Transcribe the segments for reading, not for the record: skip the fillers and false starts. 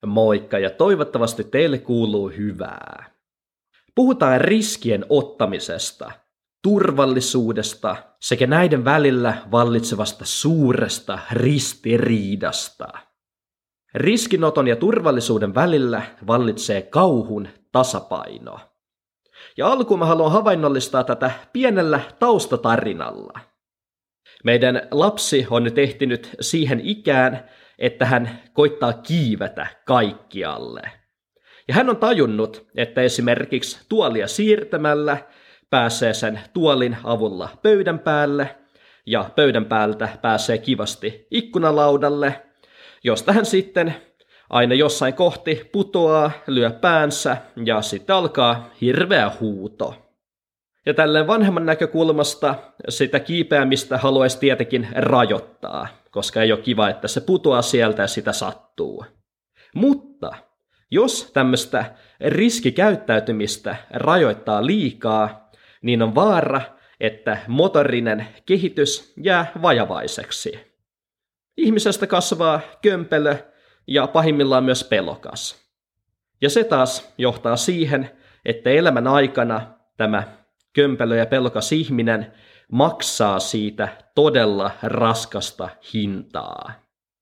Moikka ja toivottavasti teille kuuluu hyvää. Puhutaan riskien ottamisesta, turvallisuudesta sekä näiden välillä vallitsevasta suuresta ristiriidasta. Riskinoton ja turvallisuuden välillä vallitsee kauhun tasapaino. Ja alkuun mä haluan havainnollistaa tätä pienellä taustatarinalla. Meidän lapsi on nyt ehtinyt siihen ikään, että hän koittaa kiivetä kaikkialle. Ja hän on tajunnut, että esimerkiksi tuolia siirtämällä pääsee sen tuolin avulla pöydän päälle, ja pöydän päältä pääsee kivasti ikkunalaudalle, josta hän sitten aina jossain kohti putoaa, lyö päänsä ja sitten alkaa hirveä huuto. Ja tälleen vanhemman näkökulmasta sitä kiipeämistä haluaisi tietenkin rajoittaa, koska ei ole kiva, että se putoaa sieltä ja sitä sattuu. Mutta jos tämmöistä riskikäyttäytymistä rajoittaa liikaa, niin on vaara, että motorinen kehitys jää vajavaiseksi. Ihmisestä kasvaa kömpelö ja pahimmillaan myös pelokas. Ja se taas johtaa siihen, että elämän aikana tämä kömpelö ja pelokas ihminen maksaa siitä todella raskasta hintaa.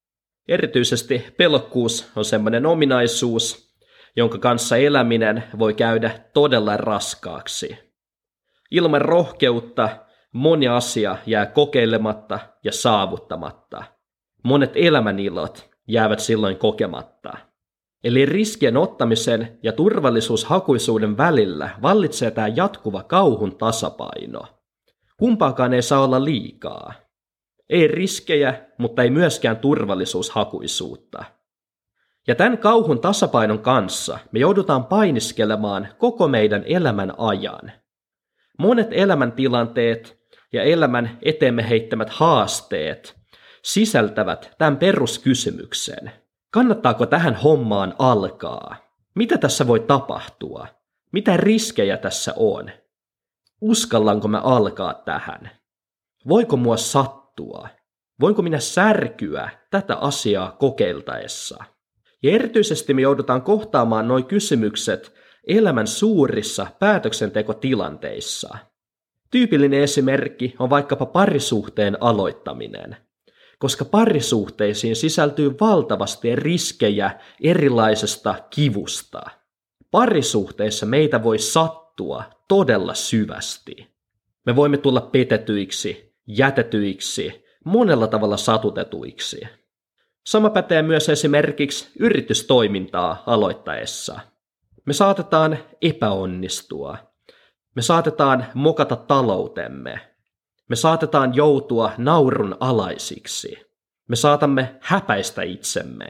Erityisesti pelokkuus on sellainen ominaisuus, jonka kanssa eläminen voi käydä todella raskaaksi. Ilman rohkeutta moni asia jää kokeilematta ja saavuttamatta. Monet elämänilot jäävät silloin kokematta. Eli riskien ottamisen ja turvallisuushakuisuuden välillä vallitsee tämä jatkuva kauhun tasapaino. Kumpaakaan ei saa olla liikaa. Ei riskejä, mutta ei myöskään turvallisuushakuisuutta. Ja tämän kauhun tasapainon kanssa me joudutaan painiskelemaan koko meidän elämän ajan. Monet elämäntilanteet ja elämän eteemme heittämät haasteet sisältävät tämän peruskysymyksen. Kannattaako tähän hommaan alkaa? Mitä tässä voi tapahtua? Mitä riskejä tässä on? Uskallanko mä alkaa tähän? Voiko mua sattua? Voinko minä särkyä tätä asiaa kokeiltaessa? Ja erityisesti me joudutaan kohtaamaan nuo kysymykset elämän suurissa päätöksentekotilanteissa. Tyypillinen esimerkki on vaikkapa parisuhteen aloittaminen, koska parisuhteisiin sisältyy valtavasti riskejä erilaisesta kivusta. Parisuhteissa meitä voi sattua todella syvästi. Me voimme tulla petetyiksi, jätetyiksi, monella tavalla satutetuiksi. Sama pätee myös esimerkiksi yritystoimintaa aloittaessa. Me saatetaan epäonnistua. Me saatetaan mokata taloutemme. Me saatetaan joutua naurun alaisiksi. Me saatamme häpäistä itsemme.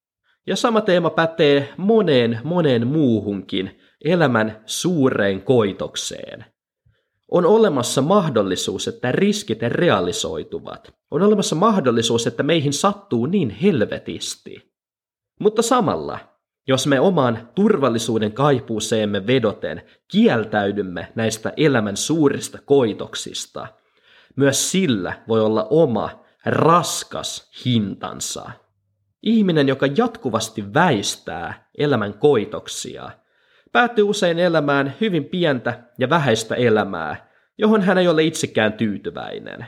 Ja sama teema pätee moneen muuhunkin elämän suureen koitokseen. On olemassa mahdollisuus, että riskit realisoituvat. On olemassa mahdollisuus, että meihin sattuu niin helvetisti. Mutta samalla, jos me oman turvallisuuden kaipuuseemme vedoten kieltäydymme näistä elämän suurista koitoksista, myös sillä voi olla oma raskas hintansa. Ihminen, joka jatkuvasti väistää elämän koitoksia, päätyy usein elämään hyvin pientä ja vähäistä elämää, johon hän ei ole itsekään tyytyväinen.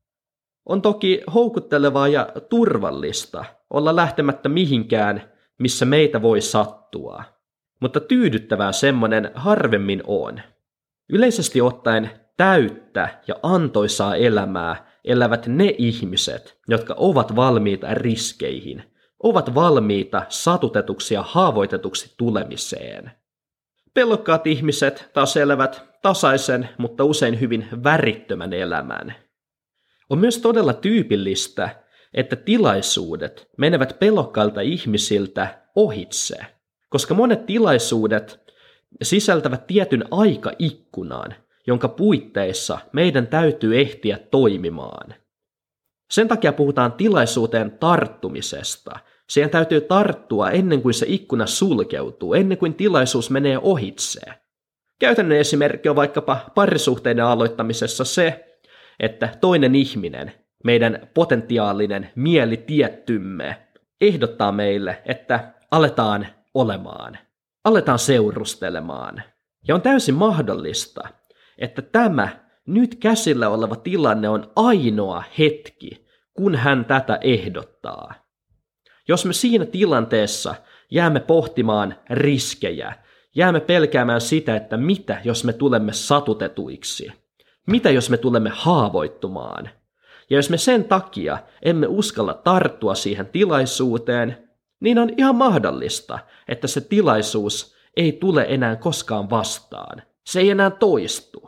On toki houkuttelevaa ja turvallista olla lähtemättä mihinkään, missä meitä voi sattua, mutta tyydyttävää semmoinen harvemmin on. Yleisesti ottaen täyttä ja antoisaa elämää elävät ne ihmiset, jotka ovat valmiita riskeihin, ovat valmiita satutetuksi ja haavoitetuksi tulemiseen. Pelokkaat ihmiset taas elävät tasaisen, mutta usein hyvin värittömän elämän. On myös todella tyypillistä, että tilaisuudet menevät pelokkailta ihmisiltä ohitse, koska monet tilaisuudet sisältävät tietyn aikaikkunan, jonka puitteissa meidän täytyy ehtiä toimimaan. Sen takia puhutaan tilaisuuteen tarttumisesta. Siihen täytyy tarttua ennen kuin se ikkuna sulkeutuu, ennen kuin tilaisuus menee ohitse. Käytännön esimerkki on vaikkapa parisuhteiden aloittamisessa se, että toinen ihminen, meidän potentiaalinen mielitiettymme, ehdottaa meille, että aletaan olemaan, aletaan seurustelemaan. Ja on täysin mahdollista, että tämä nyt käsillä oleva tilanne on ainoa hetki, kun hän tätä ehdottaa. Jos me siinä tilanteessa jäämme pohtimaan riskejä, jäämme pelkäämään sitä, että mitä jos me tulemme satutetuiksi, mitä jos me tulemme haavoittumaan, ja jos me sen takia emme uskalla tarttua siihen tilaisuuteen, niin on ihan mahdollista, että se tilaisuus ei tule enää koskaan vastaan. Se ei enää toistu.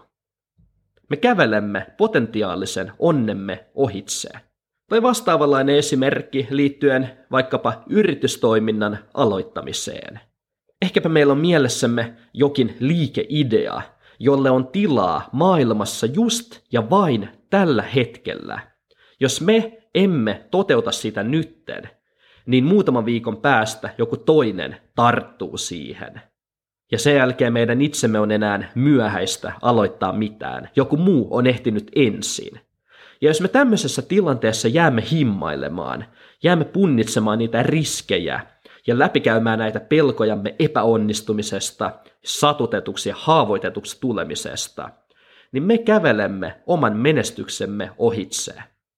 Me kävelemme potentiaalisen onnemme ohitse. Tai vastaavanlainen esimerkki liittyen vaikkapa yritystoiminnan aloittamiseen. Ehkäpä meillä on mielessämme jokin liikeidea, jolle on tilaa maailmassa just ja vain tällä hetkellä. Jos me emme toteuta sitä nytten, niin muutaman viikon päästä joku toinen tarttuu siihen. Ja sen jälkeen meidän itsemme on enää myöhäistä aloittaa mitään. Joku muu on ehtinyt ensin. Ja jos me tämmöisessä tilanteessa jäämme himmailemaan, jäämme punnitsemaan niitä riskejä ja läpikäymään näitä pelkojamme epäonnistumisesta, satutetuksi ja haavoitetuksi tulemisesta, niin me kävelemme oman menestyksemme ohitse.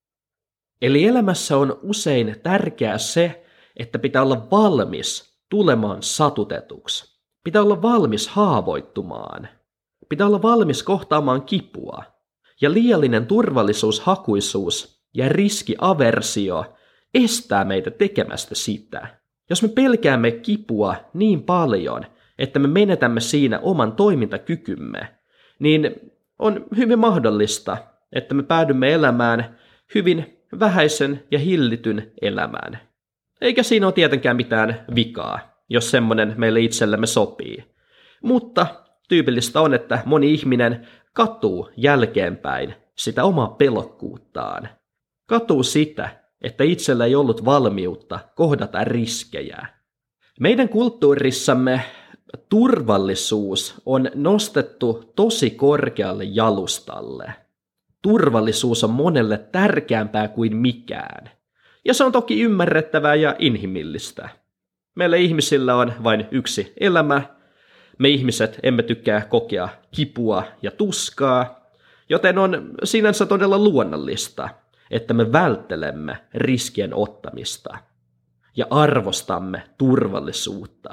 Eli elämässä on usein tärkeää se, että pitää olla valmis tulemaan satutetuksi. Pitää olla valmis haavoittumaan. Pitää olla valmis kohtaamaan kipua. Ja liiallinen turvallisuushakuisuus ja riskiaversio estää meitä tekemästä sitä. Jos me pelkäämme kipua niin paljon, että me menetämme siinä oman toimintakykymme, niin on hyvin mahdollista, että me päädymme elämään hyvin vähäisen ja hillityn elämään. Eikä siinä ole tietenkään mitään vikaa, jos semmoinen meille itsellemme sopii. Mutta tyypillistä on, että moni ihminen katuu jälkeenpäin sitä omaa pelokkuuttaan. Katuu sitä, että itsellä ei ollut valmiutta kohdata riskejä. Meidän kulttuurissamme turvallisuus on nostettu tosi korkealle jalustalle. Turvallisuus on monelle tärkeämpää kuin mikään. Ja se on toki ymmärrettävää ja inhimillistä. Meillä ihmisillä on vain yksi elämä. Me ihmiset emme tykkää kokea kipua ja tuskaa, joten on sinänsä todella luonnollista, että me välttelemme riskien ottamista ja arvostamme turvallisuutta.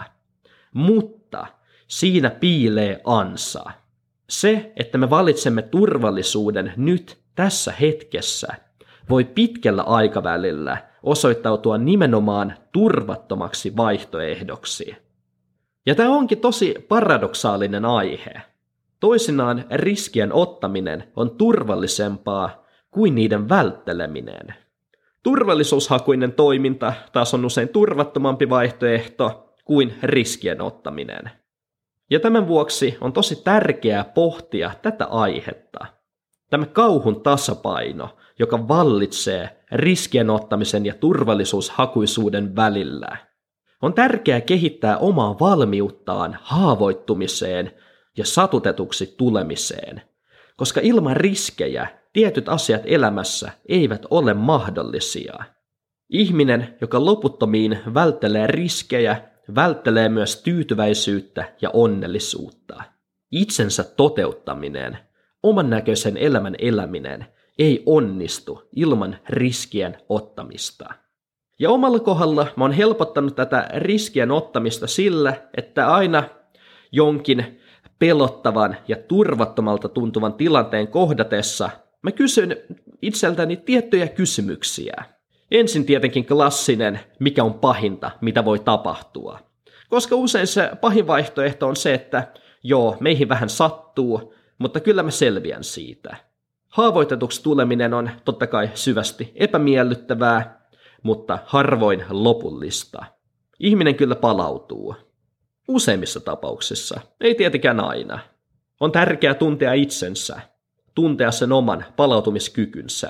Mutta siinä piilee ansa. Se, että me valitsemme turvallisuuden nyt tässä hetkessä, voi pitkällä aikavälillä osoittautua nimenomaan turvattomaksi vaihtoehdoksi. Ja tämä onkin tosi paradoksaalinen aihe. Toisinaan riskien ottaminen on turvallisempaa kuin niiden vältteleminen. Turvallisuushakuinen toiminta taas on usein turvattomampi vaihtoehto kuin riskien ottaminen. Ja tämän vuoksi on tosi tärkeää pohtia tätä aihetta. Tämä kauhun tasapaino, joka vallitsee riskien ottamisen ja turvallisuushakuisuuden välillä. On tärkeää kehittää omaa valmiuttaan haavoittumiseen ja satutetuksi tulemiseen, koska ilman riskejä tietyt asiat elämässä eivät ole mahdollisia. Ihminen, joka loputtomiin välttelee riskejä, välttelee myös tyytyväisyyttä ja onnellisuutta. Itsensä toteuttaminen, oman näköisen elämän eläminen ei onnistu ilman riskien ottamista. Ja omalla kohdalla mä oon helpottanut tätä riskien ottamista sillä, että aina jonkin pelottavan ja turvattomalta tuntuvan tilanteen kohdatessa mä kysyn itseltäni tiettyjä kysymyksiä. Ensin tietenkin klassinen, mikä on pahinta, mitä voi tapahtua. Koska usein se pahin vaihtoehto on se, että joo, meihin vähän sattuu, mutta kyllä mä selviän siitä. Haavoitetuksi tuleminen on totta kai syvästi epämiellyttävää, mutta harvoin lopullista. Ihminen kyllä palautuu. Useimmissa tapauksissa, ei tietenkään aina. On tärkeää tuntea itsensä, tuntea sen oman palautumiskykynsä.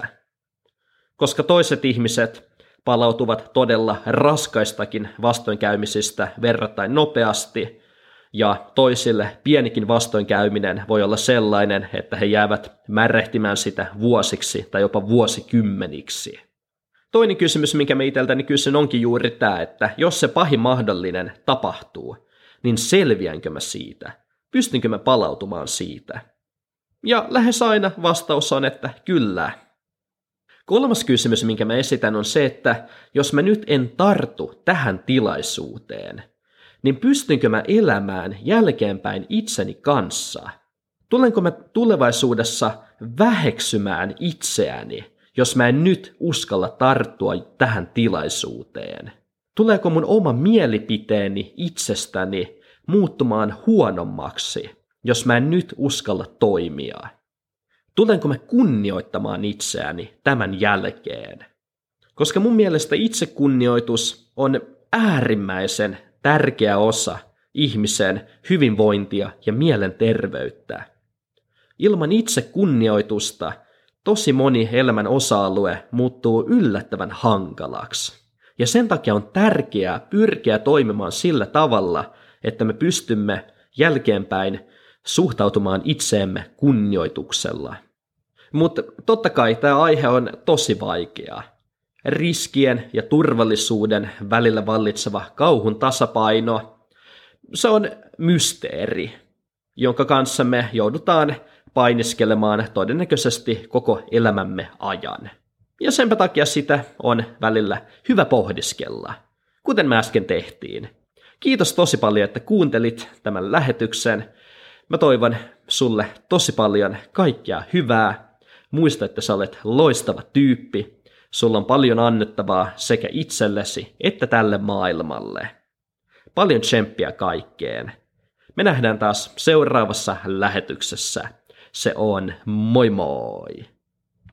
Koska toiset ihmiset palautuvat todella raskaistakin vastoinkäymisistä verrattain nopeasti, ja toisille pienikin vastoinkäyminen voi olla sellainen, että he jäävät märehtimään sitä vuosiksi tai jopa vuosikymmeniksi. toinen kysymys, minkä mä itseltäni kysyn, onkin juuri tämä, että jos se pahin mahdollinen tapahtuu, niin selviänkö mä siitä? Pystynkö mä palautumaan siitä? Ja lähes aina vastaus on, että kyllä. Kolmas kysymys, minkä mä esitän, on se, että jos mä nyt en tartu tähän tilaisuuteen, niin pystynkö mä elämään jälkeenpäin itseni kanssa? Tulenko mä tulevaisuudessa väheksymään itseäni, jos mä en nyt uskalla tarttua tähän tilaisuuteen? Tuleeko mun oma mielipiteeni itsestäni muuttumaan huonommaksi, jos mä en nyt uskalla toimia? Tulenko mä kunnioittamaan itseäni tämän jälkeen? Koska mun mielestä itsekunnioitus on äärimmäisen tärkeä osa ihmisen hyvinvointia ja mielenterveyttä. Ilman itsekunnioitusta tosi moni elämän osa-alue muuttuu yllättävän hankalaksi. Ja sen takia on tärkeää pyrkiä toimimaan sillä tavalla, että me pystymme jälkeenpäin suhtautumaan itseemme kunnioituksella. Mutta totta kai tämä aihe on tosi vaikea. Riskien ja turvallisuuden välillä vallitseva kauhun tasapaino, se on mysteeri, jonka kanssa me joudutaan painiskelemaan todennäköisesti koko elämämme ajan. Ja senpä takia sitä on välillä hyvä pohdiskella, kuten me äsken tehtiin. Kiitos tosi paljon, että kuuntelit tämän lähetyksen. Mä toivon sulle tosi paljon kaikkea hyvää. Muista, että sä olet loistava tyyppi. Sulla on paljon annettavaa sekä itsellesi että tälle maailmalle. Paljon tsemppiä kaikkeen. Me nähdään taas seuraavassa lähetyksessä. Se on moi moi!